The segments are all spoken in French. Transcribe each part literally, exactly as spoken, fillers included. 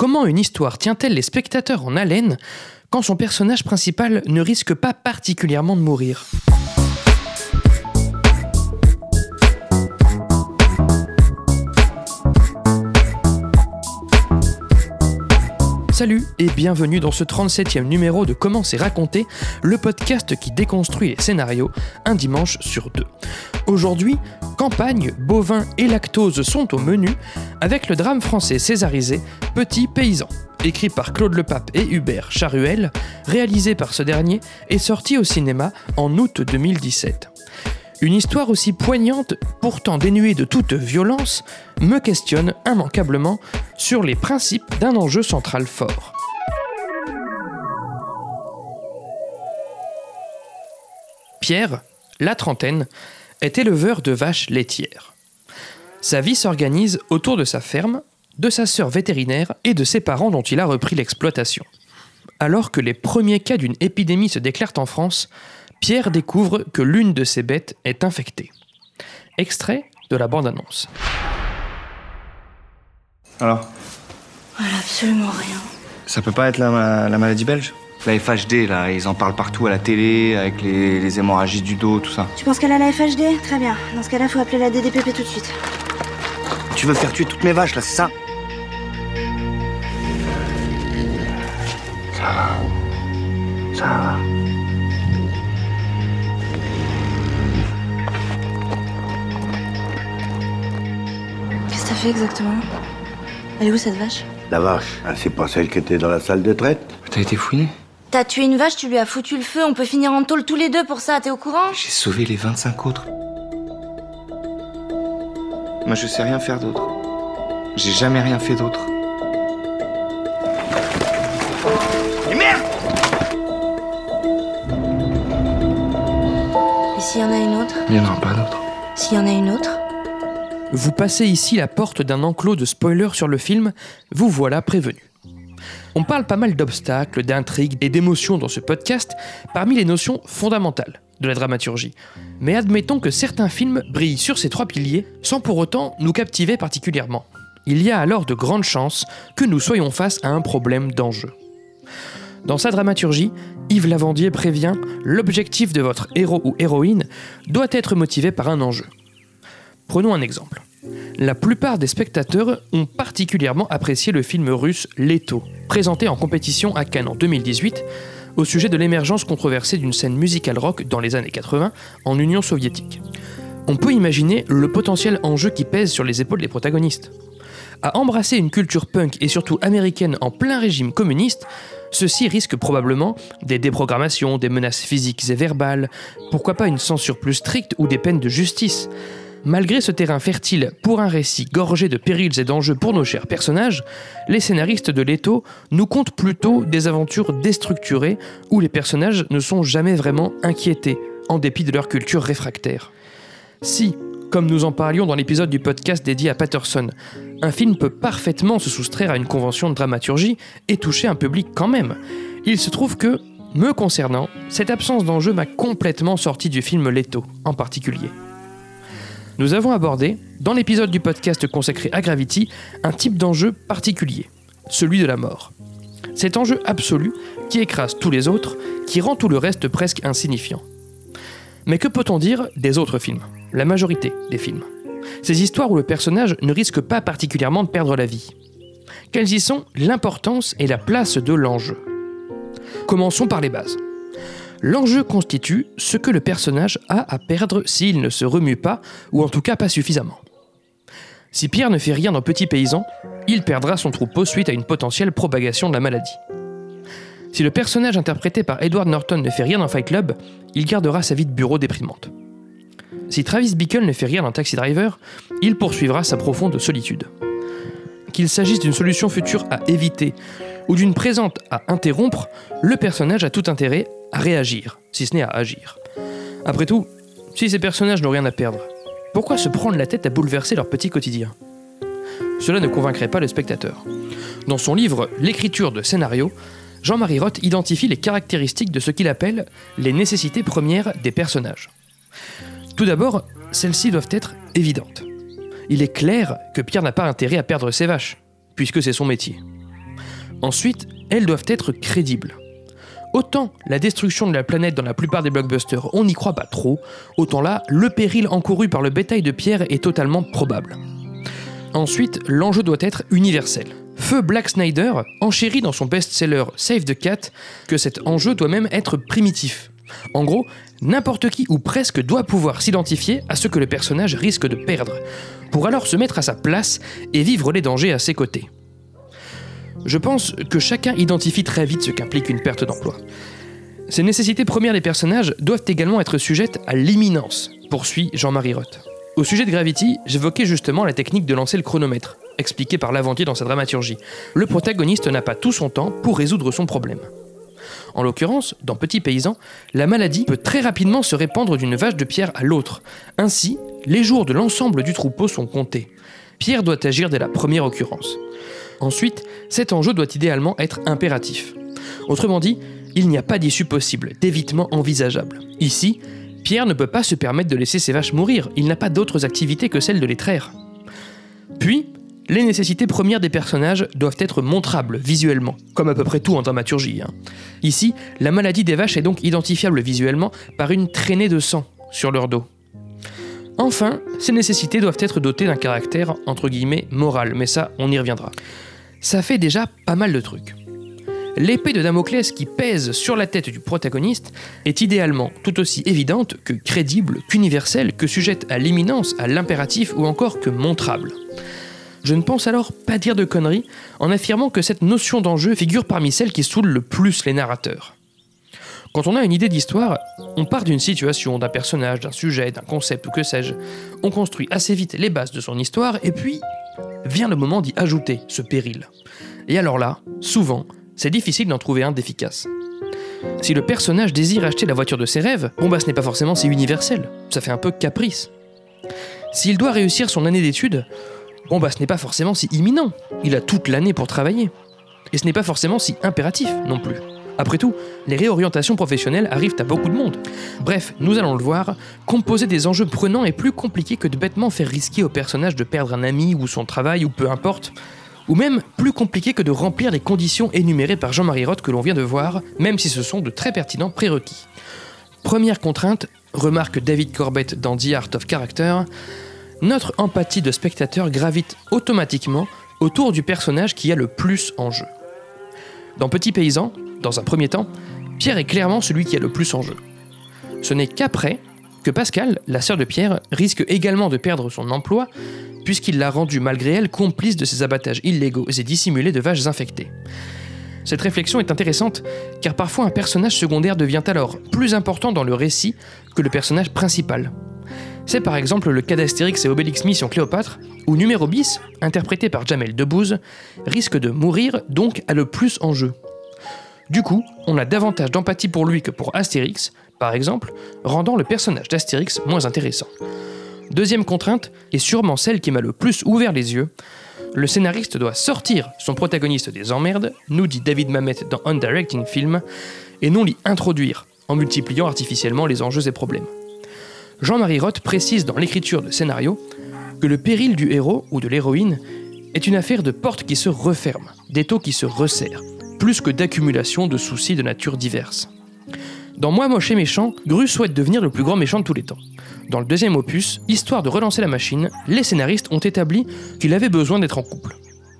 Comment une histoire tient-elle les spectateurs en haleine quand son personnage principal ne risque pas particulièrement de mourir ? Salut et bienvenue dans ce trente-septième numéro de Comment c'est raconté, le podcast qui déconstruit les scénarios un dimanche sur deux. Aujourd'hui, campagne, bovins et lactose sont au menu avec le drame français césarisé Petit paysan, écrit par Claude Lepape et Hubert Charuel, réalisé par ce dernier et sorti au cinéma en août deux mille dix-sept. Une histoire aussi poignante, pourtant dénuée de toute violence, me questionne immanquablement sur les principes d'un enjeu central fort. Pierre, la trentaine, est éleveur de vaches laitières. Sa vie s'organise autour de sa ferme, de sa sœur vétérinaire et de ses parents dont il a repris l'exploitation. Alors que les premiers cas d'une épidémie se déclarent en France, Pierre découvre que l'une de ses bêtes est infectée. Extrait de la bande-annonce. Alors ? Voilà, absolument rien. Ça peut pas être la, la maladie belge ? La F H D, là, ils en parlent partout à la télé, avec les, les hémorragies du dos, tout ça. Tu penses qu'elle a la F H D ? Très bien. Dans ce cas-là, faut appeler la D D P P tout de suite. Tu veux faire tuer toutes mes vaches, là, c'est ça ? Ça va. Ça va. Qu'est-ce que t'as fait exactement ? Elle est où cette vache ? La vache, ah, c'est pas celle qui était dans la salle de traite ? T'as été fouiné ? T'as tué une vache, tu lui as foutu le feu, on peut finir en tôle tous les deux pour ça, t'es au courant ? J'ai sauvé les vingt-cinq autres. Moi, je sais rien faire d'autre. J'ai jamais rien fait d'autre. Et merde ! Et s'il y en a une autre ? Il y en aura pas d'autre. S'il y en a une autre ? Vous passez ici la porte d'un enclos de spoilers sur le film, vous voilà prévenu. On parle pas mal d'obstacles, d'intrigues et d'émotions dans ce podcast, parmi les notions fondamentales de la dramaturgie. Mais admettons que certains films brillent sur ces trois piliers sans pour autant nous captiver particulièrement. Il y a alors de grandes chances que nous soyons face à un problème d'enjeu. Dans sa dramaturgie, Yves Lavandier prévient « L'objectif de votre héros ou héroïne doit être motivé par un enjeu ». Prenons un exemple. La plupart des spectateurs ont particulièrement apprécié le film russe Leto, présenté en compétition à Cannes en deux mille dix-huit, au sujet de l'émergence controversée d'une scène musicale rock dans les années quatre-vingts en Union soviétique. On peut imaginer le potentiel enjeu qui pèse sur les épaules des protagonistes. À embrasser une culture punk et surtout américaine en plein régime communiste, ceci risque probablement des déprogrammations, des menaces physiques et verbales, pourquoi pas une censure plus stricte ou des peines de justice. Malgré ce terrain fertile pour un récit gorgé de périls et d'enjeux pour nos chers personnages, les scénaristes de Leto nous content plutôt des aventures déstructurées où les personnages ne sont jamais vraiment inquiétés, en dépit de leur culture réfractaire. Si, comme nous en parlions dans l'épisode du podcast dédié à Patterson, un film peut parfaitement se soustraire à une convention de dramaturgie et toucher un public quand même, il se trouve que, me concernant, cette absence d'enjeu m'a complètement sorti du film Leto, en particulier. Nous avons abordé, dans l'épisode du podcast consacré à Gravity, un type d'enjeu particulier, celui de la mort. Cet enjeu absolu qui écrase tous les autres, qui rend tout le reste presque insignifiant. Mais que peut-on dire des autres films ? La majorité des films. Ces histoires où le personnage ne risque pas particulièrement de perdre la vie. Quelles y sont l'importance et la place de l'enjeu ? Commençons par les bases. L'enjeu constitue ce que le personnage a à perdre s'il ne se remue pas, ou en tout cas pas suffisamment. Si Pierre ne fait rien dans Petit paysan, il perdra son troupeau suite à une potentielle propagation de la maladie. Si le personnage interprété par Edward Norton ne fait rien dans Fight Club, il gardera sa vie de bureau déprimante. Si Travis Bickle ne fait rien dans Taxi Driver, il poursuivra sa profonde solitude. Qu'il s'agisse d'une solution future à éviter ou d'une présente à interrompre, le personnage a tout intérêt à réagir, si ce n'est à agir. Après tout, si ces personnages n'ont rien à perdre, pourquoi se prendre la tête à bouleverser leur petit quotidien ? Cela ne convaincrait pas le spectateur. Dans son livre « L'écriture de scénario », Jean-Marie Roth identifie les caractéristiques de ce qu'il appelle les nécessités premières des personnages. Tout d'abord, celles-ci doivent être évidentes. Il est clair que Pierre n'a pas intérêt à perdre ses vaches, puisque c'est son métier. Ensuite, elles doivent être crédibles. Autant la destruction de la planète dans la plupart des blockbusters, on n'y croit pas trop, autant là, le péril encouru par le bétail de Pierre est totalement probable. Ensuite, l'enjeu doit être universel. Feu Black Snyder enchérit dans son best-seller Save the Cat que cet enjeu doit même être primitif. En gros, n'importe qui ou presque doit pouvoir s'identifier à ce que le personnage risque de perdre, pour alors se mettre à sa place et vivre les dangers à ses côtés. Je pense que chacun identifie très vite ce qu'implique une perte d'emploi. Ces nécessités premières des personnages doivent également être sujettes à l'imminence, poursuit Jean-Marie Roth. Au sujet de Gravity, j'évoquais justement la technique de lancer le chronomètre, expliquée par Lavandier dans sa dramaturgie. Le protagoniste n'a pas tout son temps pour résoudre son problème. En l'occurrence, dans Petit Paysan, la maladie peut très rapidement se répandre d'une vache de Pierre à l'autre. Ainsi, les jours de l'ensemble du troupeau sont comptés. Pierre doit agir dès la première occurrence. Ensuite, cet enjeu doit idéalement être impératif. Autrement dit, il n'y a pas d'issue possible, d'évitement envisageable. Ici, Pierre ne peut pas se permettre de laisser ses vaches mourir, il n'a pas d'autres activités que celle de les traire. Puis, les nécessités premières des personnages doivent être montrables visuellement, comme à peu près tout en dramaturgie. Hein. Ici, la maladie des vaches est donc identifiable visuellement par une traînée de sang sur leur dos. Enfin, ces nécessités doivent être dotées d'un caractère, entre guillemets, moral, mais ça, on y reviendra. Ça fait déjà pas mal de trucs. L'épée de Damoclès qui pèse sur la tête du protagoniste est idéalement tout aussi évidente que crédible, qu'universelle, que sujette à l'imminence, à l'impératif ou encore que montrable. Je ne pense alors pas dire de conneries en affirmant que cette notion d'enjeu figure parmi celles qui saoulent le plus les narrateurs. Quand on a une idée d'histoire, on part d'une situation, d'un personnage, d'un sujet, d'un concept ou que sais-je. On construit assez vite les bases de son histoire et puis vient le moment d'y ajouter ce péril. Et alors là, souvent, c'est difficile d'en trouver un d'efficace. Si le personnage désire acheter la voiture de ses rêves, bon bah ce n'est pas forcément si universel, ça fait un peu caprice. S'il doit réussir son année d'études, bon bah ce n'est pas forcément si imminent, il a toute l'année pour travailler. Et ce n'est pas forcément si impératif non plus. Après tout, les réorientations professionnelles arrivent à beaucoup de monde. Bref, nous allons le voir, composer des enjeux prenants est plus compliqué que de bêtement faire risquer au personnage de perdre un ami ou son travail ou peu importe, ou même plus compliqué que de remplir les conditions énumérées par Jean-Marie Roth que l'on vient de voir, même si ce sont de très pertinents prérequis. Première contrainte, remarque David Corbett dans The Art of Character, notre empathie de spectateur gravite automatiquement autour du personnage qui a le plus en jeu. Dans Petit Paysan, dans un premier temps, Pierre est clairement celui qui a le plus en jeu. Ce n'est qu'après que Pascal, la sœur de Pierre, risque également de perdre son emploi, puisqu'il l'a rendue malgré elle complice de ses abattages illégaux et dissimulés de vaches infectées. Cette réflexion est intéressante, car parfois un personnage secondaire devient alors plus important dans le récit que le personnage principal. C'est par exemple le cas d'Astérix et Obélix Mission Cléopâtre, où Numéro bis, interprété par Jamel Debbouze, risque de mourir, donc a le plus en jeu. Du coup, on a davantage d'empathie pour lui que pour Astérix, par exemple, rendant le personnage d'Astérix moins intéressant. Deuxième contrainte, et sûrement celle qui m'a le plus ouvert les yeux, le scénariste doit sortir son protagoniste des emmerdes, nous dit David Mamet dans On Directing Film, et non l'y introduire, en multipliant artificiellement les enjeux et problèmes. Jean-Marie Roth précise dans l'écriture de scénario que le péril du héros ou de l'héroïne est une affaire de portes qui se referment, d'étaux qui se resserrent, plus que d'accumulation de soucis de nature diverse. Dans Moi moche et méchant, Gru souhaite devenir le plus grand méchant de tous les temps. Dans le deuxième opus, histoire de relancer la machine, les scénaristes ont établi qu'il avait besoin d'être en couple.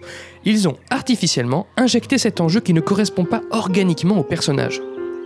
Ils ont artificiellement injecté cet enjeu qui ne correspond pas organiquement au personnage.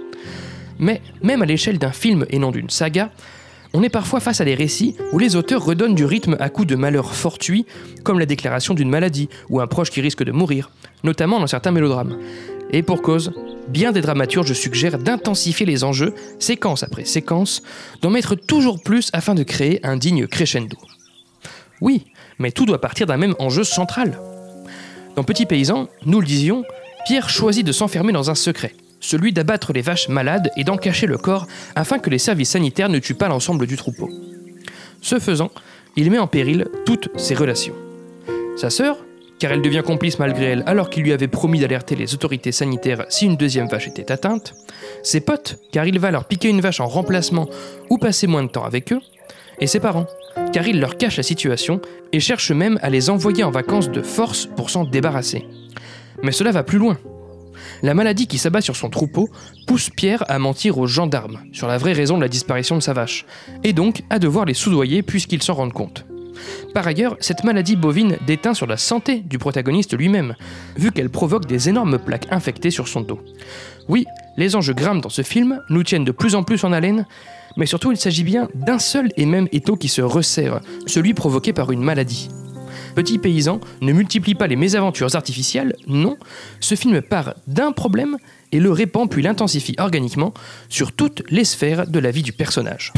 Mais, même à l'échelle d'un film et non d'une saga, on est parfois face à des récits où les auteurs redonnent du rythme à coups de malheurs fortuits, comme la déclaration d'une maladie ou un proche qui risque de mourir, notamment dans certains mélodrames. Et pour cause, bien des dramaturges suggèrent d'intensifier les enjeux, séquence après séquence, d'en mettre toujours plus afin de créer un digne crescendo. Oui, mais tout doit partir d'un même enjeu central. Dans Petit Paysan, nous le disions, Pierre choisit de s'enfermer dans un secret, celui d'abattre les vaches malades et d'en cacher le corps afin que les services sanitaires ne tuent pas l'ensemble du troupeau. Ce faisant, il met en péril toutes ses relations. Sa sœur, car elle devient complice malgré elle alors qu'il lui avait promis d'alerter les autorités sanitaires si une deuxième vache était atteinte, ses potes, car il va leur piquer une vache en remplacement ou passer moins de temps avec eux, et ses parents, car il leur cache la situation et cherche même à les envoyer en vacances de force pour s'en débarrasser. Mais cela va plus loin. La maladie qui s'abat sur son troupeau pousse Pierre à mentir aux gendarmes sur la vraie raison de la disparition de sa vache, et donc à devoir les soudoyer puisqu'ils s'en rendent compte. Par ailleurs, cette maladie bovine déteint sur la santé du protagoniste lui-même, vu qu'elle provoque des énormes plaques infectées sur son dos. Oui, les enjeux grimpent dans ce film, nous tiennent de plus en plus en haleine, mais surtout il s'agit bien d'un seul et même étau qui se resserre, celui provoqué par une maladie. Petit paysan ne multiplie pas les mésaventures artificielles, non, ce film part d'un problème et le répand puis l'intensifie organiquement sur toutes les sphères de la vie du personnage.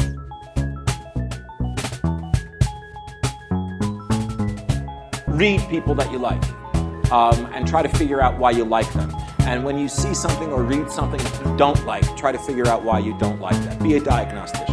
Read people that you like, um, and try to figure out why you like them. And when you see something or read something you don't like, try to figure out why you don't like that. Be a diagnostician.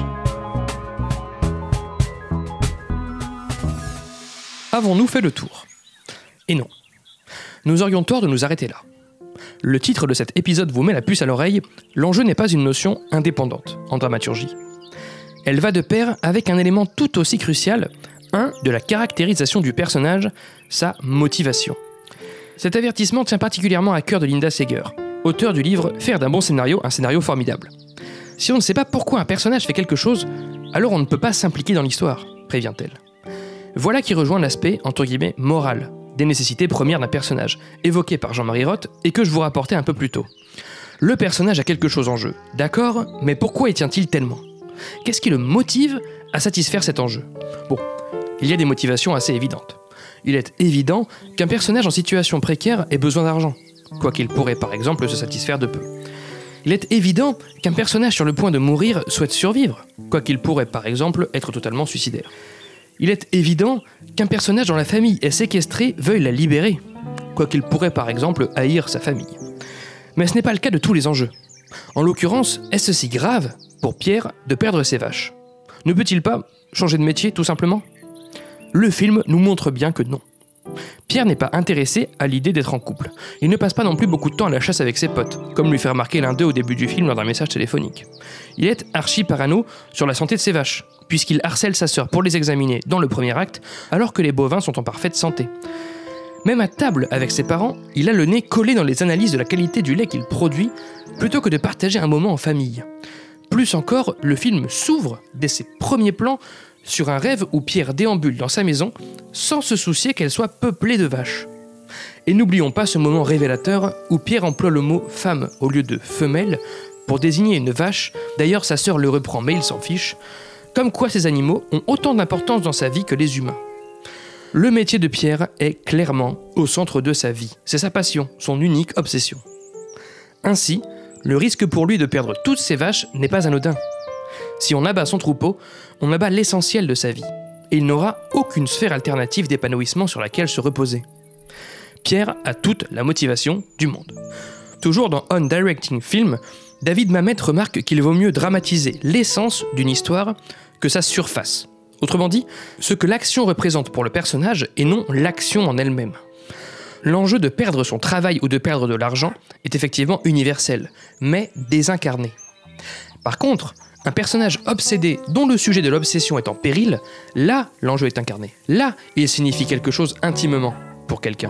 Avons-nous fait le tour ? Et non. Nous aurions tort de nous arrêter là. Le titre de cet épisode vous met la puce à l'oreille, l'enjeu n'est pas une notion indépendante en dramaturgie. Elle va de pair avec un élément tout aussi crucial, un de la caractérisation du personnage, sa motivation. Cet avertissement tient particulièrement à cœur de Linda Seger, auteure du livre « Faire d'un bon scénario un scénario formidable ». Si on ne sait pas pourquoi un personnage fait quelque chose, alors on ne peut pas s'impliquer dans l'histoire, prévient-elle. Voilà qui rejoint l'aspect, entre guillemets, moral, des nécessités premières d'un personnage, évoqué par Jean-Marie Roth et que je vous rapportais un peu plus tôt. Le personnage a quelque chose en jeu, d'accord, mais pourquoi y tient-il tellement ? Qu'est-ce qui le motive à satisfaire cet enjeu ? Bon, il y a des motivations assez évidentes. Il est évident qu'un personnage en situation précaire ait besoin d'argent, quoiqu'il pourrait par exemple se satisfaire de peu. Il est évident qu'un personnage sur le point de mourir souhaite survivre, quoiqu'il pourrait par exemple être totalement suicidaire. Il est évident qu'un personnage dont la famille est séquestrée veuille la libérer, quoiqu'il pourrait par exemple haïr sa famille. Mais ce n'est pas le cas de tous les enjeux. En l'occurrence, est-ce si grave pour Pierre de perdre ses vaches ? Ne peut-il pas changer de métier tout simplement ? Le film nous montre bien que non. Pierre n'est pas intéressé à l'idée d'être en couple. Il ne passe pas non plus beaucoup de temps à la chasse avec ses potes, comme lui fait remarquer l'un d'eux au début du film lors d'un message téléphonique. Il est archi parano sur la santé de ses vaches, puisqu'il harcèle sa sœur pour les examiner dans le premier acte, alors que les bovins sont en parfaite santé. Même à table avec ses parents, il a le nez collé dans les analyses de la qualité du lait qu'il produit, plutôt que de partager un moment en famille. Plus encore, le film s'ouvre, dès ses premiers plans, sur un rêve où Pierre déambule dans sa maison sans se soucier qu'elle soit peuplée de vaches. Et n'oublions pas ce moment révélateur où Pierre emploie le mot « femme » au lieu de « femelle » pour désigner une vache, d'ailleurs sa sœur le reprend mais il s'en fiche, comme quoi ces animaux ont autant d'importance dans sa vie que les humains. Le métier de Pierre est clairement au centre de sa vie, c'est sa passion, son unique obsession. Ainsi, le risque pour lui de perdre toutes ses vaches n'est pas anodin. Si on abat son troupeau, on abat l'essentiel de sa vie, et il n'aura aucune sphère alternative d'épanouissement sur laquelle se reposer. Pierre a toute la motivation du monde. Toujours dans On Directing Film, David Mamet remarque qu'il vaut mieux dramatiser l'essence d'une histoire que sa surface. Autrement dit, ce que l'action représente pour le personnage et non l'action en elle-même. L'enjeu de perdre son travail ou de perdre de l'argent est effectivement universel, mais désincarné. Par contre, un personnage obsédé dont le sujet de l'obsession est en péril, là, l'enjeu est incarné. Là, il signifie quelque chose intimement pour quelqu'un.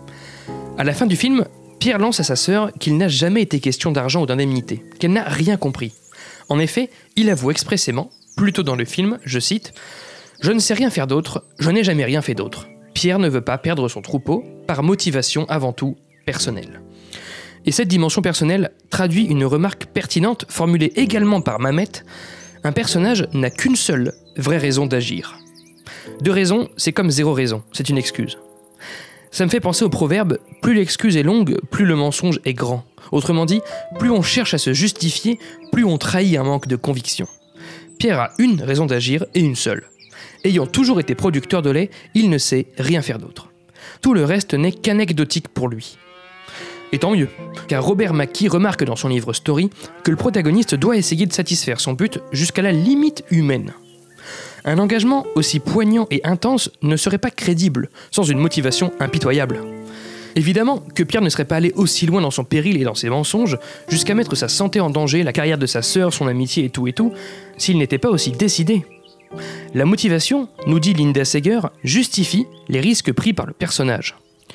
À la fin du film, Pierre lance à sa sœur qu'il n'a jamais été question d'argent ou d'indemnité, qu'elle n'a rien compris. En effet, il avoue expressément, plus tôt dans le film, je cite « Je ne sais rien faire d'autre, je n'ai jamais rien fait d'autre. Pierre ne veut pas perdre son troupeau, par motivation avant tout personnelle. » Et cette dimension personnelle traduit une remarque pertinente formulée également par Mamet. Un personnage n'a qu'une seule vraie raison d'agir. Deux raisons, c'est comme zéro raison, c'est une excuse. Ça me fait penser au proverbe « plus l'excuse est longue, plus le mensonge est grand ». Autrement dit, plus on cherche à se justifier, plus on trahit un manque de conviction. Pierre a une raison d'agir et une seule. Ayant toujours été producteur de lait, il ne sait rien faire d'autre. Tout le reste n'est qu'anecdotique pour lui. Et tant mieux, car Robert McKee remarque dans son livre Story que le protagoniste doit essayer de satisfaire son but jusqu'à la limite humaine. Un engagement aussi poignant et intense ne serait pas crédible sans une motivation impitoyable. Évidemment que Pierre ne serait pas allé aussi loin dans son péril et dans ses mensonges jusqu'à mettre sa santé en danger, la carrière de sa sœur, son amitié et tout et tout, s'il n'était pas aussi décidé. La motivation, nous dit Linda Seger, justifie les risques pris par le personnage.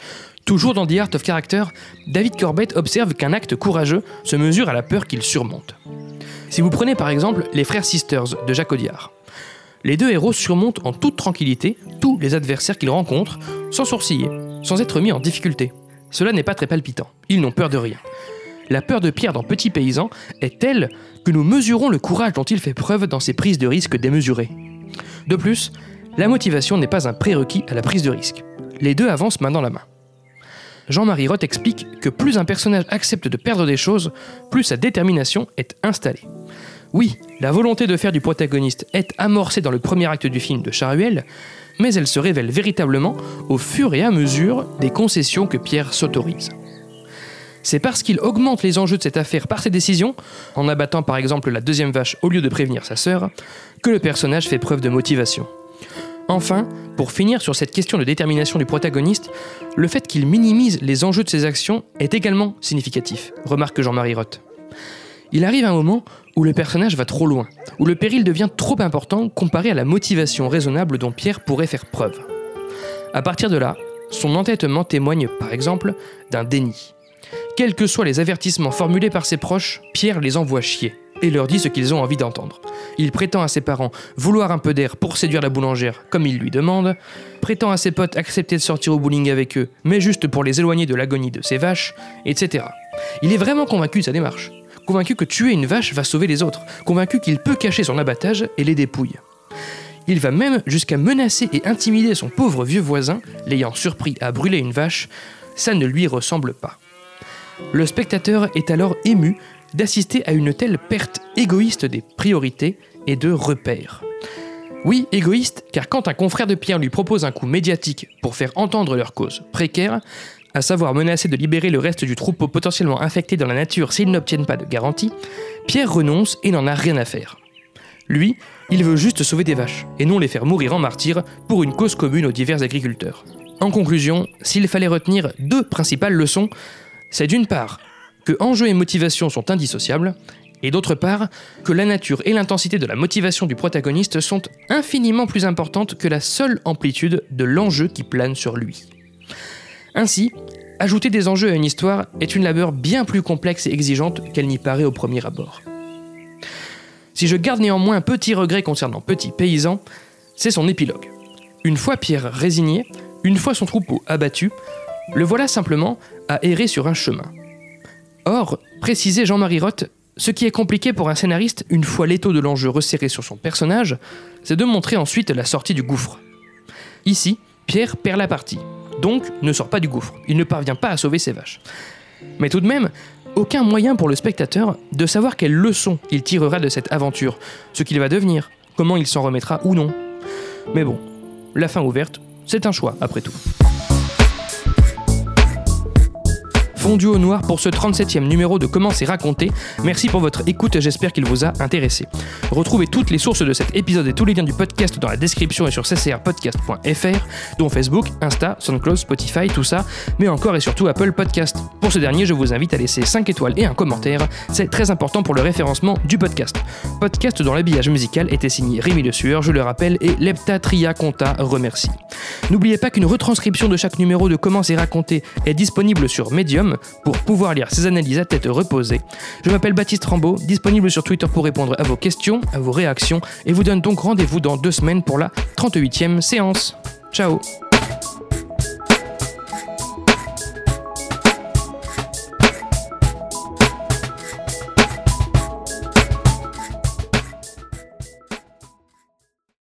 Toujours dans The Art of Character, David Corbett observe qu'un acte courageux se mesure à la peur qu'il surmonte. Si vous prenez par exemple Les Frères Sisters de Jacques Audiard, les deux héros surmontent en toute tranquillité tous les adversaires qu'ils rencontrent, sans sourciller, sans être mis en difficulté. Cela n'est pas très palpitant, ils n'ont peur de rien. La peur de Pierre dans Petit Paysan est telle que nous mesurons le courage dont il fait preuve dans ses prises de risque démesurées. De plus, la motivation n'est pas un prérequis à la prise de risque. Les deux avancent main dans la main. Jean-Marie Roth explique que plus un personnage accepte de perdre des choses, plus sa détermination est installée. Oui, la volonté de faire du protagoniste est amorcée dans le premier acte du film de Charuel, mais elle se révèle véritablement au fur et à mesure des concessions que Pierre s'autorise. C'est parce qu'il augmente les enjeux de cette affaire par ses décisions, en abattant par exemple la deuxième vache au lieu de prévenir sa sœur, que le personnage fait preuve de motivation. Enfin, pour finir sur cette question de détermination du protagoniste, le fait qu'il minimise les enjeux de ses actions est également significatif, remarque Jean-Marie Roth. Il arrive un moment où le personnage va trop loin, où le péril devient trop important comparé à la motivation raisonnable dont Pierre pourrait faire preuve. À partir de là, son entêtement témoigne par exemple d'un déni. Quels que soient les avertissements formulés par ses proches, Pierre les envoie chier et leur dit ce qu'ils ont envie d'entendre. Il prétend à ses parents vouloir un peu d'air pour séduire la boulangère comme il lui demande, prétend à ses potes accepter de sortir au bowling avec eux, mais juste pour les éloigner de l'agonie de ses vaches, et cetera. Il est vraiment convaincu de sa démarche, convaincu que tuer une vache va sauver les autres, convaincu qu'il peut cacher son abattage et les dépouilles. Il va même jusqu'à menacer et intimider son pauvre vieux voisin, l'ayant surpris à brûler une vache. Ça ne lui ressemble pas. Le spectateur est alors ému d'assister à une telle perte égoïste des priorités et de repères. Oui, égoïste, car quand un confrère de Pierre lui propose un coup médiatique pour faire entendre leur cause précaire, à savoir menacer de libérer le reste du troupeau potentiellement infecté dans la nature s'ils n'obtiennent pas de garantie, Pierre renonce et n'en a rien à faire. Lui, il veut juste sauver des vaches, et non les faire mourir en martyrs pour une cause commune aux divers agriculteurs. En conclusion, s'il fallait retenir deux principales leçons, c'est d'une part que enjeux et motivation sont indissociables, et d'autre part que la nature et l'intensité de la motivation du protagoniste sont infiniment plus importantes que la seule amplitude de l'enjeu qui plane sur lui. Ainsi, ajouter des enjeux à une histoire est une labeur bien plus complexe et exigeante qu'elle n'y paraît au premier abord. Si je garde néanmoins un petit regret concernant Petit Paysan, c'est son épilogue. Une fois Pierre résigné, une fois son troupeau abattu, le voilà simplement à errer sur un chemin. Or, précisait Jean-Marie Roth, ce qui est compliqué pour un scénariste, une fois l'étau de l'enjeu resserré sur son personnage, c'est de montrer ensuite la sortie du gouffre. Ici, Pierre perd la partie, donc ne sort pas du gouffre, il ne parvient pas à sauver ses vaches. Mais tout de même, aucun moyen pour le spectateur de savoir quelle leçon il tirera de cette aventure, ce qu'il va devenir, comment il s'en remettra ou non. Mais bon, la fin ouverte, c'est un choix après tout. Fondu au noir pour ce trente-septième numéro de Comment c'est raconté. Merci pour votre écoute, j'espère qu'il vous a intéressé. Retrouvez toutes les sources de cet épisode et tous les liens du podcast dans la description et sur c c r podcast point f r, dont Facebook, Insta, SoundCloud, Spotify, tout ça, mais encore et surtout Apple Podcast. Pour ce dernier, je vous invite à laisser cinq étoiles et un commentaire, c'est très important pour le référencement du podcast. Podcast dont l'habillage musical était signé Rémi Le Sueur, je le rappelle, et Lepta Tria Conta remercie. N'oubliez pas qu'une retranscription de chaque numéro de Comment c'est raconté est disponible sur Medium, pour pouvoir lire ces analyses à tête reposée. Je m'appelle Baptiste Rambaud, disponible sur Twitter pour répondre à vos questions, à vos réactions, et vous donne donc rendez-vous dans deux semaines pour la trente-huitième séance. Ciao.